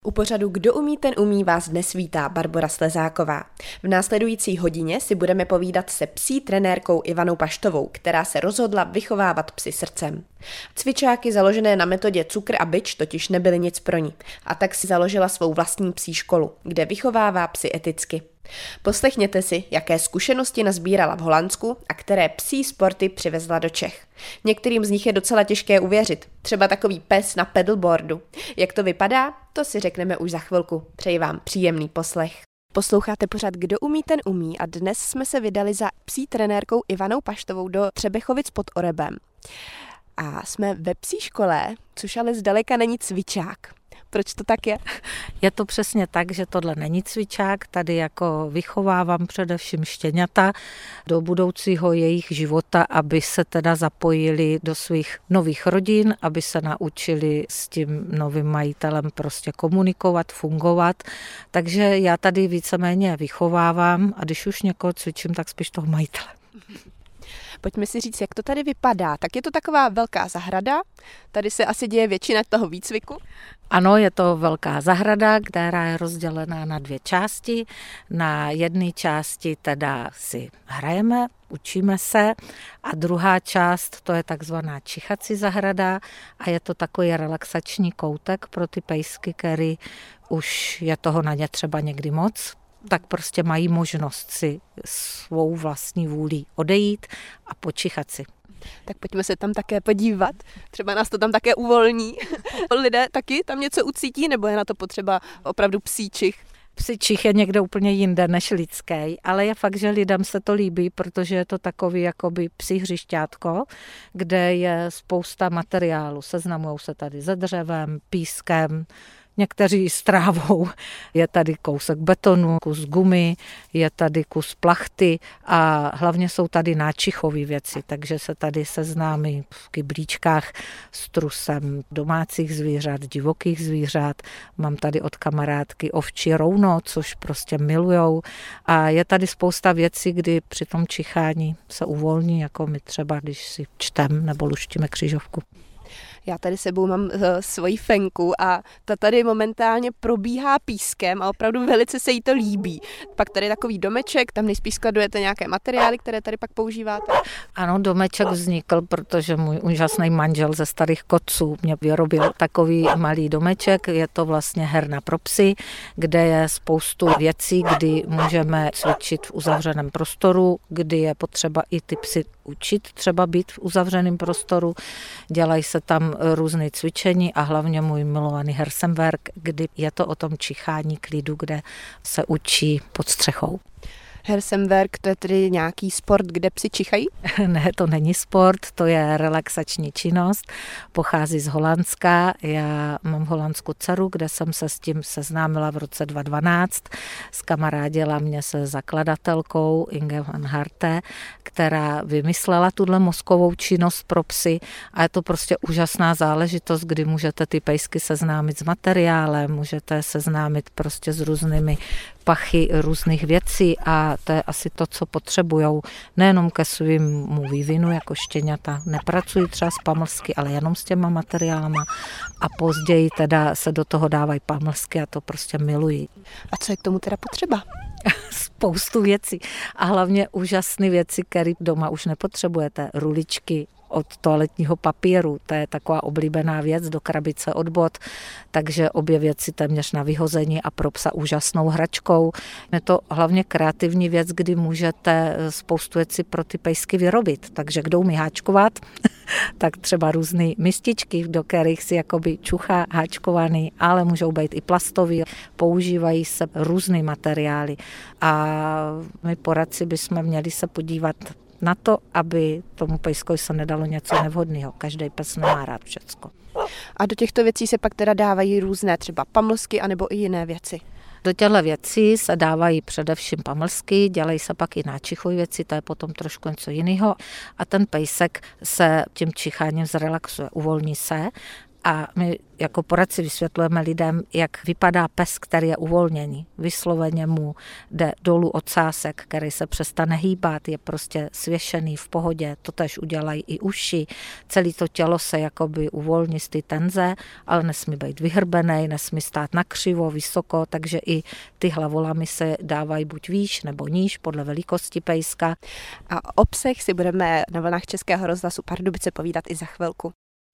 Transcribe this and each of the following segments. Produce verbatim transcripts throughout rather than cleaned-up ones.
U pořadu Kdo umí, ten umí vás dnes vítá Barbora Slezáková. V následující hodině si budeme povídat se psí trenérkou Ivanou Paštovou, která se rozhodla vychovávat psy srdcem. Cvičáky založené na metodě cukr a bič totiž nebyly nic pro ní a tak si založila svou vlastní psí školu, kde vychovává psy eticky. Poslechněte si, jaké zkušenosti nazbírala v Holandsku a které psí sporty přivezla do Čech. Některým z nich je docela těžké uvěřit, třeba takový pes na pedalboardu. Jak to vypadá, to si řekneme už za chvilku. Přeji vám příjemný poslech. Posloucháte pořad Kdo umí, ten umí a dnes jsme se vydali za psí trenérkou Ivanou Paštovou do Třebechovic pod Orebem. A jsme ve psí škole, což ale zdaleka není cvičák. Proč to tak je? Je to přesně tak, že tohle není cvičák, tady jako vychovávám především štěňata do budoucího jejich života, aby se teda zapojili do svých nových rodin, aby se naučili s tím novým majitelem prostě komunikovat, fungovat. Takže já tady víceméně vychovávám a když už někoho cvičím, tak spíš toho majitele. Pojďme si říct, jak to tady vypadá. Tak je to taková velká zahrada, tady se asi děje většina toho výcviku. Ano, je to velká zahrada, která je rozdělená na dvě části. Na jedné části teda si hrajeme, učíme se a druhá část, to je takzvaná čichací zahrada a je to takový relaxační koutek pro ty pejsky, který už je toho na ně třeba někdy moc, tak prostě mají možnost si svou vlastní vůlí odejít a počichat si. Tak pojďme se tam také podívat, třeba nás to tam také uvolní. Lidé taky tam něco ucítí, nebo je na to potřeba opravdu psí čich? Psí čich je někde úplně jinde než lidský, ale je fakt, že lidem se to líbí, protože je to takový jakoby psí hřišťátko, kde je spousta materiálu. Seznamujou se tady se dřevem, pískem, někteří s trávou, je tady kousek betonu, kus gumy, je tady kus plachty a hlavně jsou tady náčichové věci, takže se tady seznámí v kyblíčkách s trusem domácích zvířat, divokých zvířat. Mám tady od kamarádky ovčí rouno, což prostě milujou a je tady spousta věcí, kdy při tom čichání se uvolní, jako my třeba, když si čtem nebo luštíme křížovku. Já tady sebou mám uh, svoji fenku a ta tady momentálně probíhá pískem a opravdu velice se jí to líbí. Pak tady takový domeček, tam nejspíš skladujete nějaké materiály, které tady pak používáte. Ano, domeček vznikl, protože můj úžasný manžel ze starých kotců mě vyrobil takový malý domeček. Je to vlastně herna pro psy, kde je spoustu věcí, kdy můžeme cvičit v uzavřeném prostoru, kdy je potřeba i ty psy učit, třeba být v uzavřeném prostoru. Dělají se tam různé cvičení a hlavně můj milovaný Hersemwerk, kdy je to o tom čichání klidu, kde se učí pod střechou. Hersemwerk, to je tedy nějaký sport, kde psi čichají? Ne, to není sport, to je relaxační činnost, pochází z Holandska. Já mám v Holandsku dceru, kde jsem se s tím seznámila v roce dva tisíce dvanáct. Zkamarádila mě se zakladatelkou Inge van Harte, která vymyslela tuhle mozkovou činnost pro psy a je to prostě úžasná záležitost, kdy můžete ty pejsky seznámit s materiálem, můžete seznámit prostě s různými pachy různých věcí a to je asi to, co potřebujou nejenom ke svému vývinu jako štěňata. Nepracují třeba s pamlsky, ale jenom s těma materiálama a později teda se do toho dávají pamlsky a to prostě milují. A co je k tomu teda potřeba? Spoustu věcí a hlavně úžasné věci, které doma už nepotřebujete. Ruličky od toaletního papíru, to je taková oblíbená věc, do krabice od bot, takže obě věci téměř na vyhození a pro psa úžasnou hračkou. Je to hlavně kreativní věc, kdy můžete spoustu věcí pro ty pejsky vyrobit, takže kdo umí háčkovat, tak třeba různé mističky, do kterých si jakoby čuchá háčkovaný, ale můžou být i plastový, používají se různé materiály a my poradci bychom měli se podívat na to, aby tomu pejskovi se nedalo něco nevhodného. Každý pes nemá rád všecko. A do těchto věcí se pak teda dávají různé třeba pamlsky anebo i jiné věci? Do těchto věcí se dávají především pamlsky, dělají se pak i náčichové věci, to je potom trošku něco jiného. A ten pejsek se tím čicháním zrelaxuje, uvolní se A my jako poradci vysvětlujeme lidem, jak vypadá pes, který je uvolněný. Vysloveně mu jde dolů ocásek, který se přestane hýbat, je prostě svěšený v pohodě. To tež udělají i uši. Celé to tělo se jakoby uvolní z ty tenze, ale nesmí být vyhrbený, nesmí stát nakřivo, vysoko, takže i ty hlavolamy se dávají buď výš nebo níž podle velikosti pejska. A o psech si budeme na vlnách Českého rozhlasu Pardubice povídat i za chvilku.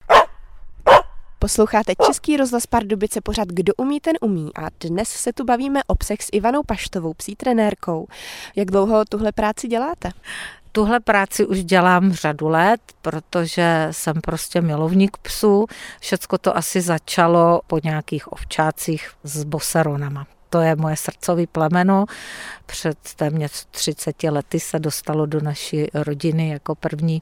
Posloucháte Český rozhlas Pardubice, pořad Kdo umí, ten umí, a dnes se tu bavíme o psech s Ivanou Paštovou, psí trenérkou. Jak dlouho tuhle práci děláte? Tuhle práci už dělám řadu let, protože jsem prostě milovník psů. Všecko to asi začalo po nějakých ovčácích s boseronama. To je moje srdcové plemeno. Před téměř třiceti lety se dostalo do naší rodiny jako první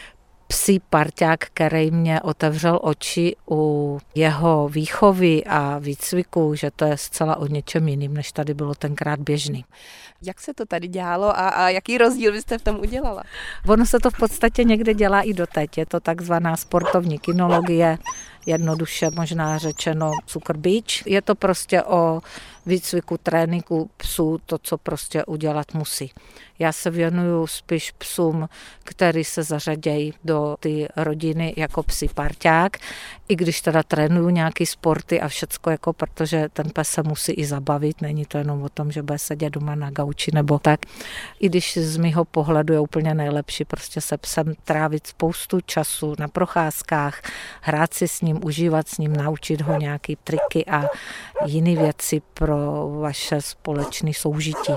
psí parťák, který mě otevřel oči u jeho výchovy a výcviku, že to je zcela o něčem jiným, než tady bylo tenkrát běžný. Jak se to tady dělalo a, a jaký rozdíl byste v tom udělala? Ono se to v podstatě někde dělá i doteď. Je to takzvaná sportovní kinologie, jednoduše možná řečeno cukrbič. Je to prostě o výcviku, tréninku psů, to, co prostě udělat musí. Já se věnuju spíš psům, který se zařadějí do ty rodiny jako psí parťák, i když teda trénuju nějaký sporty a všecko, jako protože ten pes se musí i zabavit, není to jenom o tom, že bude sedět doma na gauči nebo tak. I když z mýho pohledu je úplně nejlepší prostě se psem trávit spoustu času na procházkách, hrát si s ním, užívat s ním, naučit ho nějaký triky a jiné věci pro vaše společné soužití.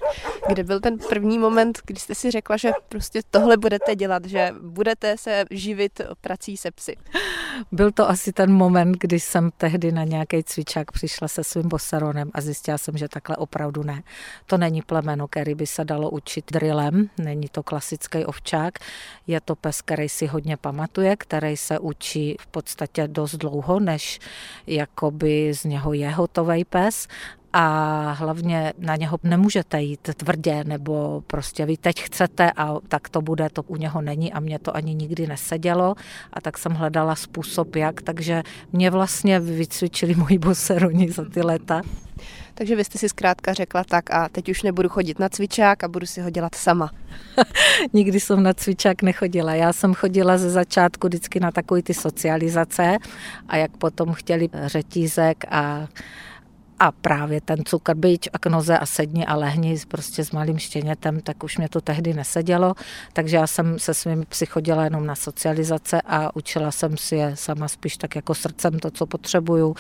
Kde byl ten první moment, kdy jste si řekla, že prostě tohle budete dělat, že budete se živit prací se psy? Byl to asi ten moment, kdy jsem tehdy na nějaký cvičák přišla se svým boseronem a zjistila jsem, že takhle opravdu ne. To není plemeno, který by se dalo učit drillem, není to klasický ovčák, je to pes, který si hodně pamatuje, který se učí v podstatě dost dlouho, než jakoby z něho je hotovej pes. A hlavně na něho nemůžete jít tvrdě, nebo prostě vy teď chcete a tak to bude, to u něho není a mě to ani nikdy nesedělo a tak jsem hledala způsob jak, takže mě vlastně vycvičili moji boseroni za ty léta. Takže vy jste si zkrátka řekla tak a teď už nebudu chodit na cvičák a budu si ho dělat sama. Nikdy jsem na cvičák nechodila. Já jsem chodila ze začátku vždycky na takový ty socializace a jak potom chtěli řetízek a A právě ten cukrbič a k noze a sedni a lehni prostě s malým štěnětem, tak už mě to tehdy nesedělo. Takže já jsem se svými psy chodila jenom na socializace a učila jsem si je sama spíš tak jako srdcem to, co potřebuju,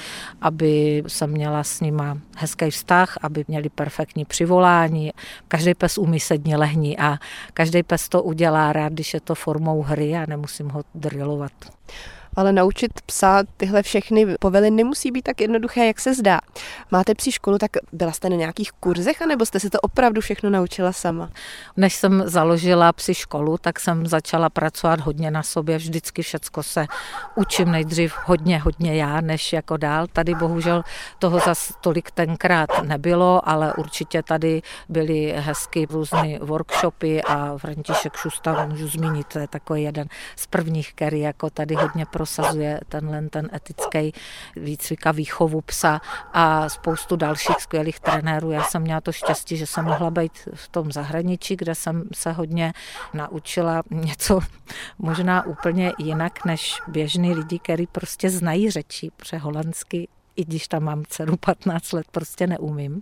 aby jsem měla s nima hezký vztah, aby měli perfektní přivolání. Každý pes umí sedni, lehni a každý pes to udělá rád, když je to formou hry a nemusím ho drillovat. Ale naučit psa tyhle všechny povely nemusí být tak jednoduché, jak se zdá. Máte psí školu, tak byla jste na nějakých kurzech, anebo jste si to opravdu všechno naučila sama? Než jsem založila psí školu, tak jsem začala pracovat hodně na sobě. Vždycky všecko se učím nejdřív hodně, hodně já, než jako dál. Tady bohužel toho zas tolik tenkrát nebylo, ale určitě tady byly hezky různé workshopy a František Šusta můžu zmínit, to je takový jeden z prvních, který jako tady hodně prosazuje tenhle ten etický výcvik a výchovu psa a spoustu dalších skvělých trenérů. Já jsem měla to štěstí, že jsem mohla být v tom zahraničí, kde jsem se hodně naučila něco možná úplně jinak než běžný lidi, který prostě znají řeči, protože holandsky, i když tam mám dceru patnáct let, prostě neumím.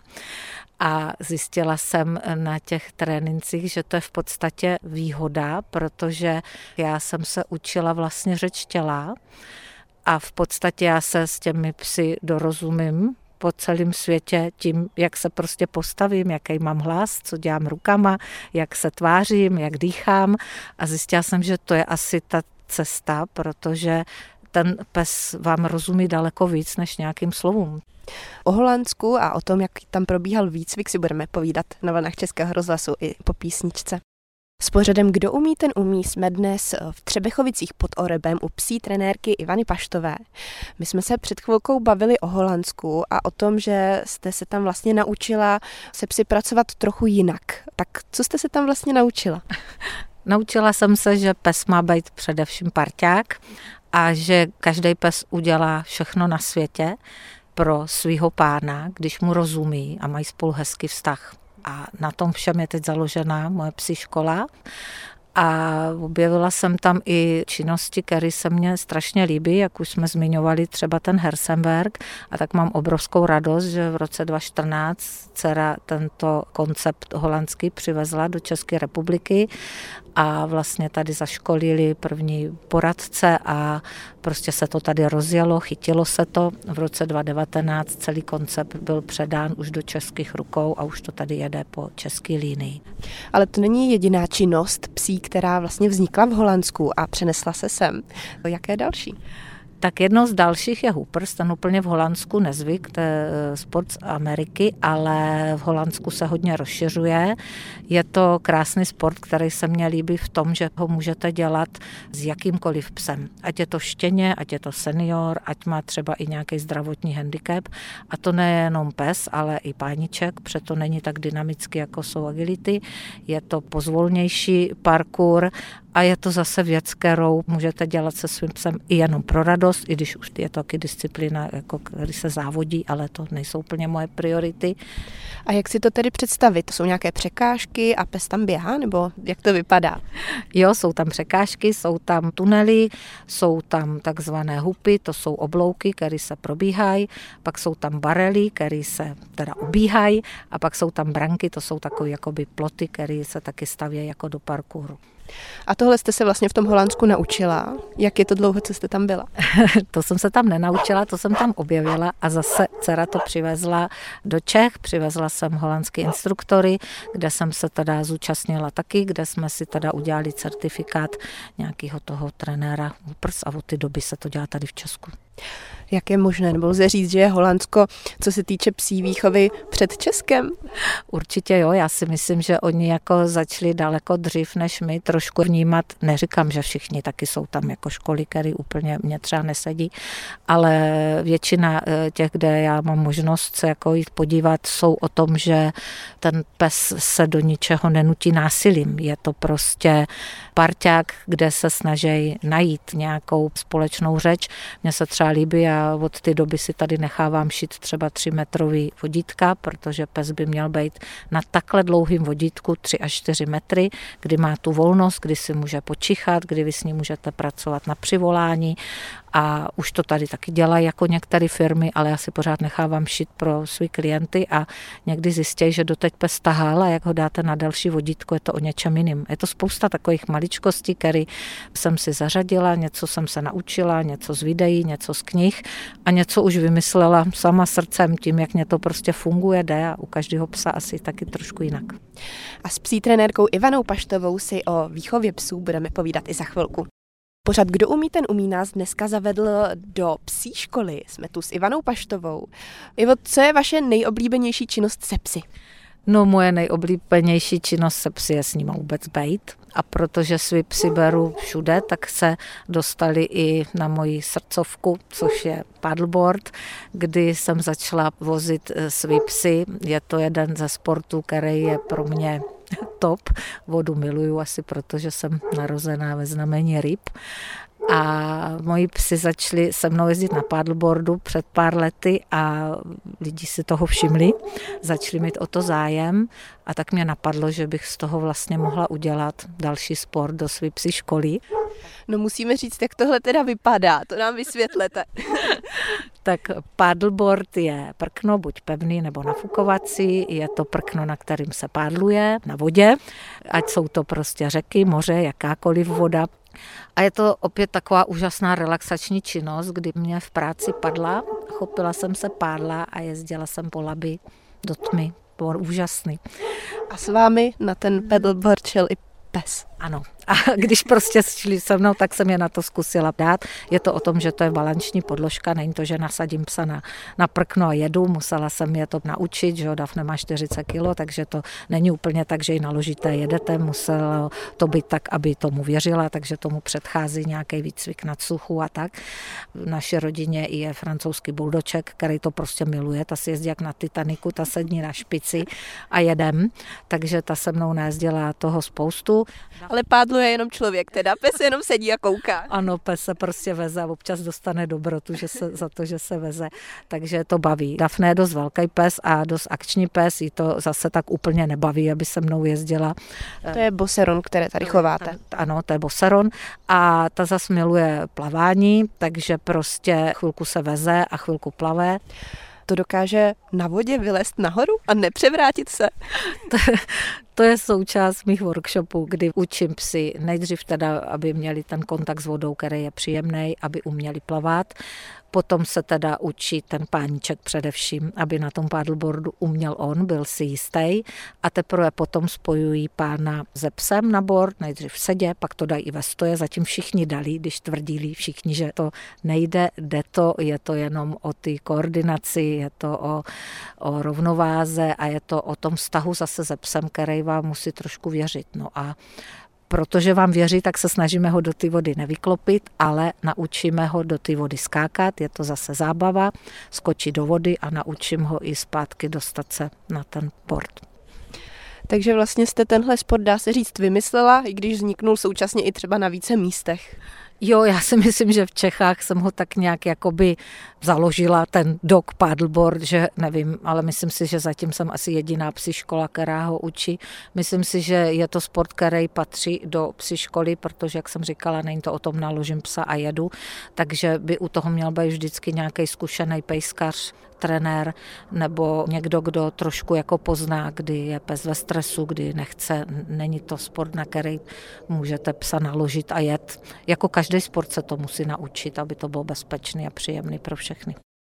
A zjistila jsem na těch trénincích, že to je v podstatě výhoda, protože já jsem se učila vlastně řeč těla a v podstatě já se s těmi psy dorozumím po celém světě tím, jak se prostě postavím, jaký mám hlas, co dělám rukama, jak se tvářím, jak dýchám a zjistila jsem, že to je asi ta cesta, protože ten pes vám rozumí daleko víc než nějakým slovům. O Holandsku a o tom, jak tam probíhal výcvik, si budeme povídat na vlnách Českého rozhlasu i po písničce. S pořadem Kdo umí, ten umí jsme dnes v Třebechovicích pod Orebem u psí trenérky Ivany Paštové. My jsme se před chvilkou bavili o Holandsku a o tom, že jste se tam vlastně naučila se psy pracovat trochu jinak. Tak co jste se tam vlastně naučila? Naučila jsem se, že pes má být především parťák a že každý pes udělá všechno na světě pro svýho pána, když mu rozumí a mají spolu hezký vztah. A na tom všem je teď založená moje psí škola. A objevila jsem tam i činnosti, které se mně strašně líbí, jak už jsme zmiňovali třeba ten Hersenberg. A tak mám obrovskou radost, že v roce dva tisíce čtrnáct dcera tento koncept holandský přivezla do České republiky a vlastně tady zaškolili první poradce a prostě se to tady rozjelo, chytilo se to. V roce dva tisíce devatenáct celý koncept byl předán už do českých rukou a už to tady jede po české línii. Ale to není jediná činnost psí, která vlastně vznikla v Holandsku a přenesla se sem. Jaké další? Tak jedno z dalších je hoopers, ten úplně v Holandsku nezvyk, to je sport z Ameriky, ale v Holandsku se hodně rozšiřuje. Je to krásný sport, který se mně líbí v tom, že ho můžete dělat s jakýmkoliv psem. Ať je to štěně, ať je to senior, ať má třeba i nějaký zdravotní handicap. A to nejenom pes, ale i pániček, protože není tak dynamický, jako jsou agility. Je to pozvolnější parkour a je to zase věc, kterou můžete dělat se svým psem i jenom pro radost, i když už je to taky disciplína, jako který se závodí, ale to nejsou úplně moje priority. A jak si to tedy představit? To jsou nějaké překážky a pes tam běhá, nebo jak to vypadá? Jo, jsou tam překážky, jsou tam tunely, jsou tam takzvané hupy, to jsou oblouky, které se probíhají, pak jsou tam barely, které se teda ubíhají a pak jsou tam branky, to jsou takové jakoby ploty, které se taky stavějí jako do parkouru. A tohle jste se vlastně v tom Holandsku naučila? Jak je to dlouho, co jste tam byla? To jsem se tam nenaučila, to jsem tam objevila a zase dcera to přivezla do Čech. Přivezla jsem holandský instruktory, kde jsem se teda zúčastnila taky, kde jsme si teda udělali certifikát nějakého toho trenéra hoopers a od té doby se to dělá tady v Česku. Jak je možné, nebo lze říct, že je Holandsko, co se týče psí výchovy, před Českem? Určitě jo, já si myslím, že oni jako začali daleko dřív než my trošku vnímat, neříkám, že všichni, taky jsou tam jako školy, které úplně mě třeba nesedí, ale většina těch, kde já mám možnost se jako jít podívat, jsou o tom, že ten pes se do ničeho nenutí násilím. Je to prostě parťák, kde se snaží najít nějakou společnou řeč. Mně se třeba líbí, já od té doby si tady nechávám šít třeba tři metrový vodítka, protože pes by měl být na takhle dlouhým vodítku tři až čtyři metry, kdy má tu volnost, kdy si může počichat, kdy vy s ním můžete pracovat na přivolání a už to tady taky dělají jako některé firmy, ale já si pořád nechávám šít pro své klienty a někdy zjistí, že doteď pes tahal a jak ho dáte na další vodítko, je to o něčem jiným. Je to spousta takových maličkostí, které jsem si zařadila, něco jsem se naučila, něco z videí, něco z knih a něco už vymyslela sama srdcem tím, jak mě to prostě funguje, jde a u každého psa asi taky trošku jinak. A s psí trenérkou Ivanou Paštovou si o výchově psů budeme povídat i za chvilku. Pořad Kdo umí, ten umí nás dneska zavedl do psí školy. Jsme tu s Ivanou Paštovou. Ivo, co je vaše nejoblíbenější činnost se psy? No moje nejoblíbenější činnost se psy je s nima vůbec bejt. A protože svý psy beru všude, tak se dostali i na moji srdcovku, což je paddleboard, kdy jsem začala vozit svý psy. Je to jeden ze sportů, který je pro mě top. Vodu miluju asi proto, že jsem narozená ve znamení ryb. A moji psi začali se mnou jezdit na paddleboardu před pár lety a lidi si toho všimli, začali mít o to zájem a tak mě napadlo, že bych z toho vlastně mohla udělat další sport do své psí školy. No musíme říct, jak tohle teda vypadá, to nám vysvětlete. Tak paddleboard je prkno, buď pevný nebo nafukovací, je to prkno, na kterým se pádluje na vodě, ať jsou to prostě řeky, moře, jakákoliv voda. A je to opět taková úžasná relaxační činnost, kdy mě v práci padla, chopila jsem se pádla a jezdila jsem po Labi do tmy. Bylo úžasný. A s vámi na ten paddleboard šel i pes? Ano. A když prostě šli se mnou, tak jsem je na to zkusila dát. Je to o tom, že to je balanční podložka, není to, že nasadím psa na, na prkno a jedu. Musela jsem je to naučit, že Dafne má čtyřicet kilo, takže to není úplně tak, že ji naložíte, jedete. Muselo to být tak, aby tomu věřila, takže tomu předchází nějaký výcvik na suchu a tak. V naší rodině je francouzský buldoček, který to prostě miluje. Ta si jezdí jak na Titaniku, ta sedí na špici a jedem. Takže ta se mnou najezdila toho spoustu. Ale pádlo je jenom člověk, teda pes jenom sedí a kouká. Ano, pes se prostě veze a občas dostane dobrotu že se, za to, že se veze, takže to baví. Daphne je dost velký pes a dost akční pes, jí to zase tak úplně nebaví, aby se mnou jezdila. To je boseron, které tady chováte. Ano, to je boseron a ta zase miluje plavání, takže prostě chvilku se veze a chvilku plave. To dokáže na vodě vylézt nahoru a nepřevrátit se? To, to je součást mých workshopů, kdy učím psy nejdřív teda, aby měli ten kontakt s vodou, který je příjemný, aby uměli plavat. Potom se teda učí ten páníček především, aby na tom paddleboardu uměl on, byl si jistý. A teprve potom spojují pána se psem na board, nejdřív v sedě, pak to dají i ve stoje. Zatím všichni dali, když tvrdili všichni, že to nejde, jde to, je to jenom o té koordinaci, je to o, o rovnováze a je to o tom vztahu zase se psem, který vám musí trošku věřit. No a protože vám věří, tak se snažíme ho do té vody nevyklopit, ale naučíme ho do té vody skákat, je to zase zábava, skočí do vody a naučím ho i zpátky dostat se na ten board. Takže vlastně jste tenhle sport, dá se říct, vymyslela, i když vzniknul současně i třeba na více místech. Jo, já si myslím, že v Čechách jsem ho tak nějak jakoby založila, ten dog paddleboard, že nevím, ale myslím si, že zatím jsem asi jediná psí škola, která ho učí. Myslím si, že je to sport, který patří do psí školy, protože, jak jsem říkala, není to o tom naložím psa a jedu, takže by u toho měl být vždycky nějaký zkušený pejskař, trenér nebo někdo, kdo trošku jako pozná, kdy je pes ve stresu, kdy nechce, není to sport, na který můžete psa naložit a jet. Jako každý sport se to musí naučit, aby to bylo bezpečný a příjemný pro všechny.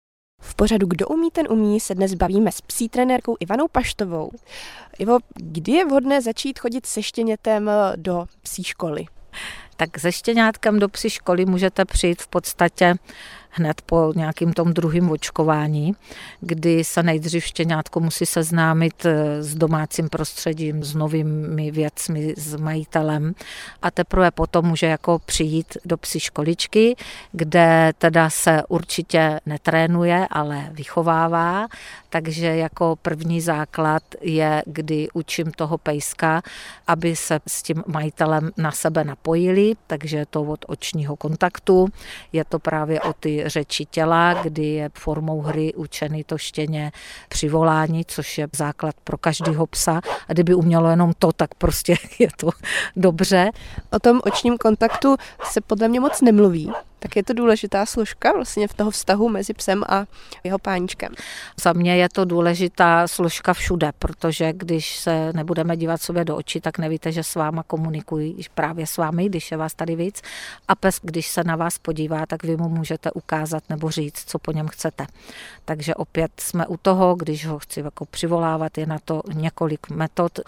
V pořadu Kdo umí, ten umí se dnes bavíme s psí trenérkou Ivanou Paštovou. Ivo, kdy je vhodné začít chodit se štěnětem do psí školy? Tak se štěňátkem do psí školy můžete přijít v podstatě hned po nějakým tom druhým očkování, kdy se nejdřív štěňátko musí seznámit s domácím prostředím, s novými věcmi, s majitelem a teprve potom může jako přijít do psí školičky, kde teda se určitě netrénuje, ale vychovává, takže jako první základ je, kdy učím toho pejska, aby se s tím majitelem na sebe napojili, takže je to od očního kontaktu, je to právě o ty řeči těla, kdy je formou hry učený to štěně přivolání, což je základ pro každého psa. A kdyby umělo jenom to, tak prostě je to dobře. O tom očním kontaktu se podle mě moc nemluví. Tak je to důležitá složka vlastně v toho vztahu mezi psem a jeho páníčkem. Za mě je to důležitá složka všude, protože když se nebudeme dívat sobě do očí, tak nevíte, že s váma komunikují právě s vámi, když je vás tady víc. A pes, když se na vás podívá, tak vy mu můžete ukázat nebo říct, co po něm chcete. Takže opět jsme u toho, když ho chci jako přivolávat, je na to několik metod.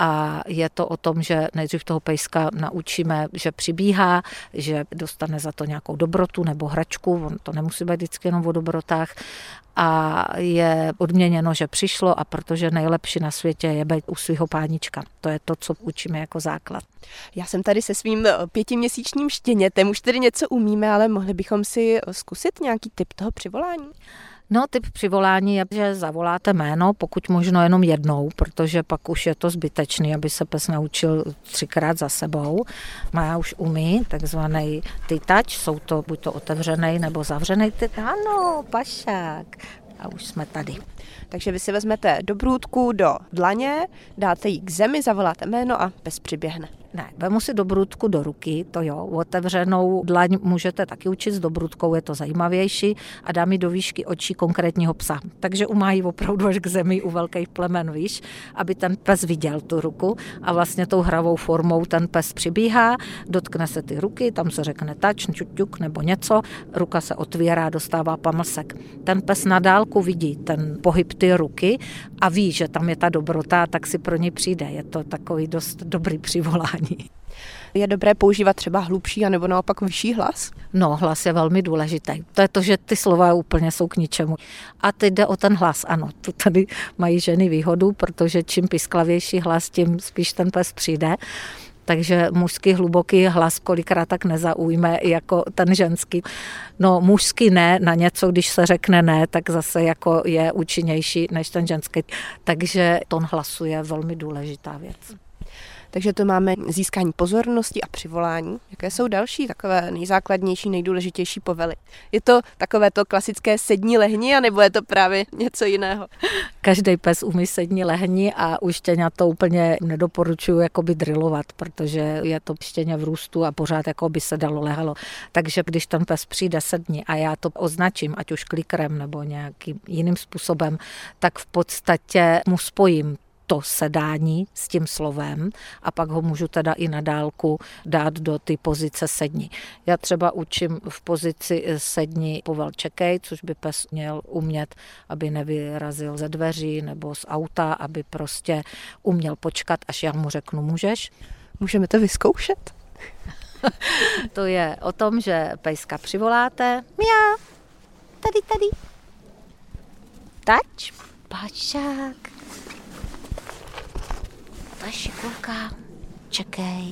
A je to o tom, že nejdřív toho pejska naučíme, že přibíhá, že dostane za to nějakou dobrotu nebo hračku, on to nemusí být vždycky jenom o dobrotách, a je odměněno, že přišlo, a protože nejlepší na světě je být u svého pánička. To je to, co učíme jako základ. Já jsem tady se svým pětiměsíčním štěnětem, už tedy něco umíme, ale mohli bychom si zkusit nějaký typ toho přivolání? No, typ přivolání je, že zavoláte jméno, pokud možno jenom jednou, protože pak už je to zbytečný, aby se pes naučil třikrát za sebou. Maja už umí takzvaný tytač, jsou to buď to otevřený nebo zavřený tytač. Ano, pašák. A už jsme tady. Takže vy si vezmete dobrůdku do dlaně, dáte ji k zemi, zavoláte jméno a pes přiběhne. Ne, vemu si dobrůdku do ruky, to jo, otevřenou dlaň můžete taky učit, s dobrůdkou je to zajímavější a dám ji do výšky očí konkrétního psa. Takže umájí opravdu až k zemi u velkých plemen, víš, aby ten pes viděl tu ruku a vlastně tou hravou formou ten pes přibíhá, dotkne se ty ruky, tam se řekne tač, čuťuk nebo něco, ruka se otvírá, dostává pamlsek. Ten pes na dálku vidí ten pohyb ty ruky a ví, že tam je ta dobrota, tak si pro něj přijde. Je to takový dost dobrý přivolání. Je dobré používat třeba hlubší a nebo naopak vyšší hlas? No, hlas je velmi důležitý. To je to, že ty slova úplně jsou k ničemu. A teď jde o ten hlas, ano. Tu tady mají ženy výhodu, protože čím pisklavější hlas, tím spíš ten pes přijde. Takže mužský hluboký hlas kolikrát tak nezaujme jako ten ženský. No mužský ne, na něco, když se řekne ne, tak zase jako je účinnější než ten ženský. Takže tón hlasu je velmi důležitá věc. Takže to máme získání pozornosti a přivolání. Jaké jsou další takové nejzákladnější, nejdůležitější povely? Je to takové to klasické sedni lehni, anebo je to právě něco jiného? Každý pes umí sedni lehni a u štěňat to úplně nedoporučuji jakoby drillovat, protože je to štěně v růstu a pořád jako by se dalo lehalo. Takže když ten pes přijde sedni a já to označím, ať už klikrem nebo nějakým jiným způsobem, tak v podstatě mu spojím to sedání s tím slovem a pak ho můžu teda i na dálku dát do ty pozice sedni. Já třeba učím v pozici sedni povel čekej, což by pes měl umět, aby nevyrazil ze dveří nebo z auta, aby prostě uměl počkat, až já mu řeknu můžeš. Můžeme to vyzkoušet? To je o tom, že pejska přivoláte. Mia, tady, tady. Tač, pačák. To je šikulka, čekej.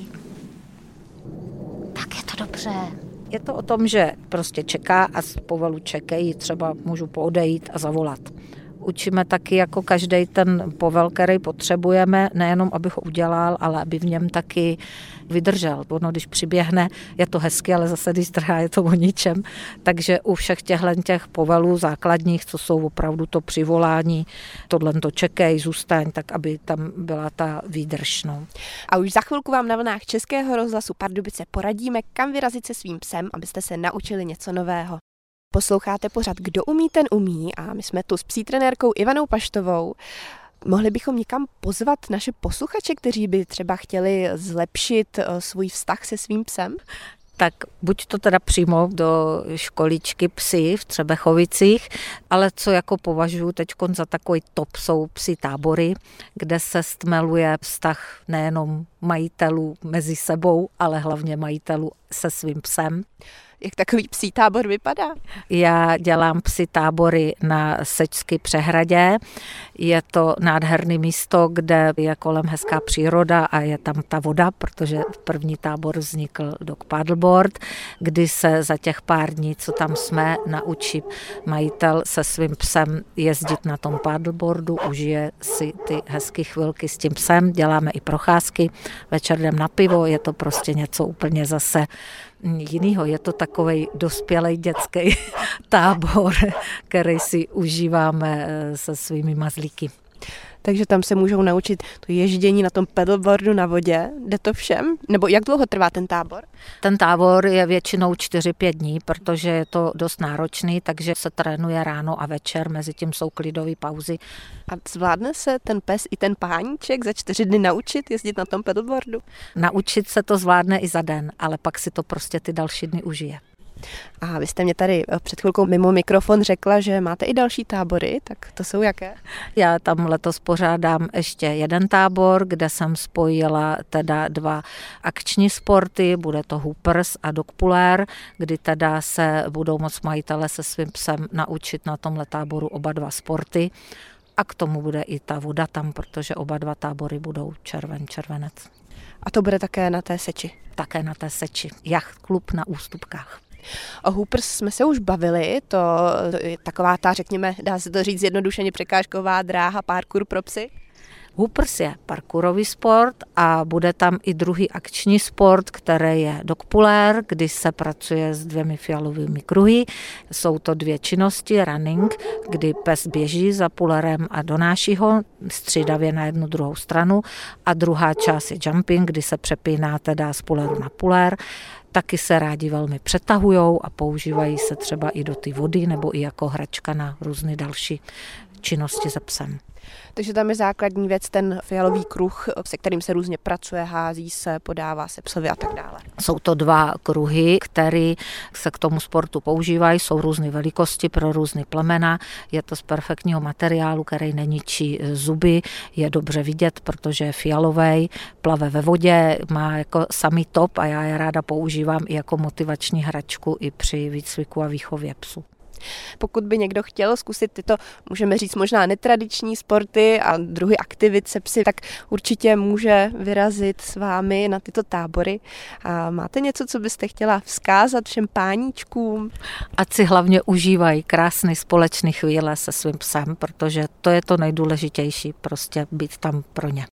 Tak je to dobře. Je to o tom, že prostě čeká a z povelu čekej třeba můžu poodejít a zavolat. Učíme taky jako každý ten povel, který potřebujeme, nejenom aby ho udělal, ale aby v něm taky vydržel. Ono, když přiběhne, je to hezky, ale zase když zdrhá, je to o ničem. Takže u všech těchto těch povelů základních, co jsou opravdu to přivolání, tohle to čekej, zůstaň, tak aby tam byla ta výdrž. No. A už za chvilku vám na vlnách Českého rozhlasu Pardubice poradíme, kam vyrazit se svým psem, abyste se naučili něco nového. Posloucháte pořad Kdo umí, ten umí a my jsme tu s psí trenérkou Ivanou Paštovou. Mohli bychom někam pozvat naše posluchače, kteří by třeba chtěli zlepšit svůj vztah se svým psem? Tak buď to teda přímo do školičky psy v Třebechovicích, ale co jako považuji teď za takový top, jsou psí tábory, kde se stmeluje vztah nejenom majitelů mezi sebou, ale hlavně majitelů se svým psem. Jak takový psí tábor vypadá? Já dělám psí tábory na Sečské přehradě. Je to nádherné místo, kde je kolem hezká příroda a je tam ta voda, protože první tábor vznikl dog paddleboard, kdy se za těch pár dní, co tam jsme, naučí majitel se svým psem jezdit na tom paddleboardu, užije si ty hezké chvilky s tím psem, děláme i procházky, večer jdem na pivo, je to prostě něco úplně zase jinýho. Je to takovej dospělej dětský tábor, který si užíváme se svými mazlíky. Takže tam se můžou naučit to ježdění na tom paddleboardu na vodě. Jde to všem? Nebo jak dlouho trvá ten tábor? Ten tábor je většinou čtyři pět dní, protože je to dost náročný, takže se trénuje ráno a večer, mezi tím jsou klidové pauzy. A zvládne se ten pes i ten páníček za čtyři dny naučit jezdit na tom paddleboardu? Naučit se to zvládne i za den, ale pak si to prostě ty další dny užije. A vy jste mě tady před chvilkou mimo mikrofon řekla, že máte i další tábory, tak to jsou jaké? Já tam letos pořádám ještě jeden tábor, kde jsem spojila teda dva akční sporty, bude to hoopers a dog puller, kdy teda se budou moct majitele se svým psem naučit na tomhle táboru oba dva sporty. A k tomu bude i ta voda tam, protože oba dva tábory budou červen, červenec. A to bude také na té Seči? Také na té Seči. Jacht klub na Ústupkách. O hoopers jsme se už bavili, to je taková ta, řekněme, dá se to říct zjednodušeně, překážková dráha parkour pro psy. Hoopers je parkourový sport a bude tam i druhý akční sport, který je dog puller, kdy se pracuje s dvěmi fialovými kruhy. Jsou to dvě činnosti, running, kdy pes běží za pullerem a donáší ho střídavě na jednu druhou stranu, a druhá část je jumping, kdy se přepíná teda z pulleru na puller. Taky se rádi velmi přetahujou a používají se třeba i do té vody nebo i jako hračka na různé další činnosti se psem. Takže tam je základní věc ten fialový kruh, se kterým se různě pracuje, hází se, podává se psovi a tak dále. Jsou to dva kruhy, které se k tomu sportu používají, jsou různé velikosti pro různé plemena. Je to z perfektního materiálu, který neničí zuby, je dobře vidět, protože je fialový, plave ve vodě, má jako samý top a já je ráda používám i jako motivační hračku i při výcviku a výchově psů. Pokud by někdo chtěl zkusit tyto, můžeme říct, možná netradiční sporty a druhy aktivit se psy, tak určitě může vyrazit s vámi na tyto tábory. A máte něco, co byste chtěla vzkázat všem páníčkům? Ať si hlavně užívají krásný společný chvíle se svým psem, protože to je to nejdůležitější, prostě být tam pro ně.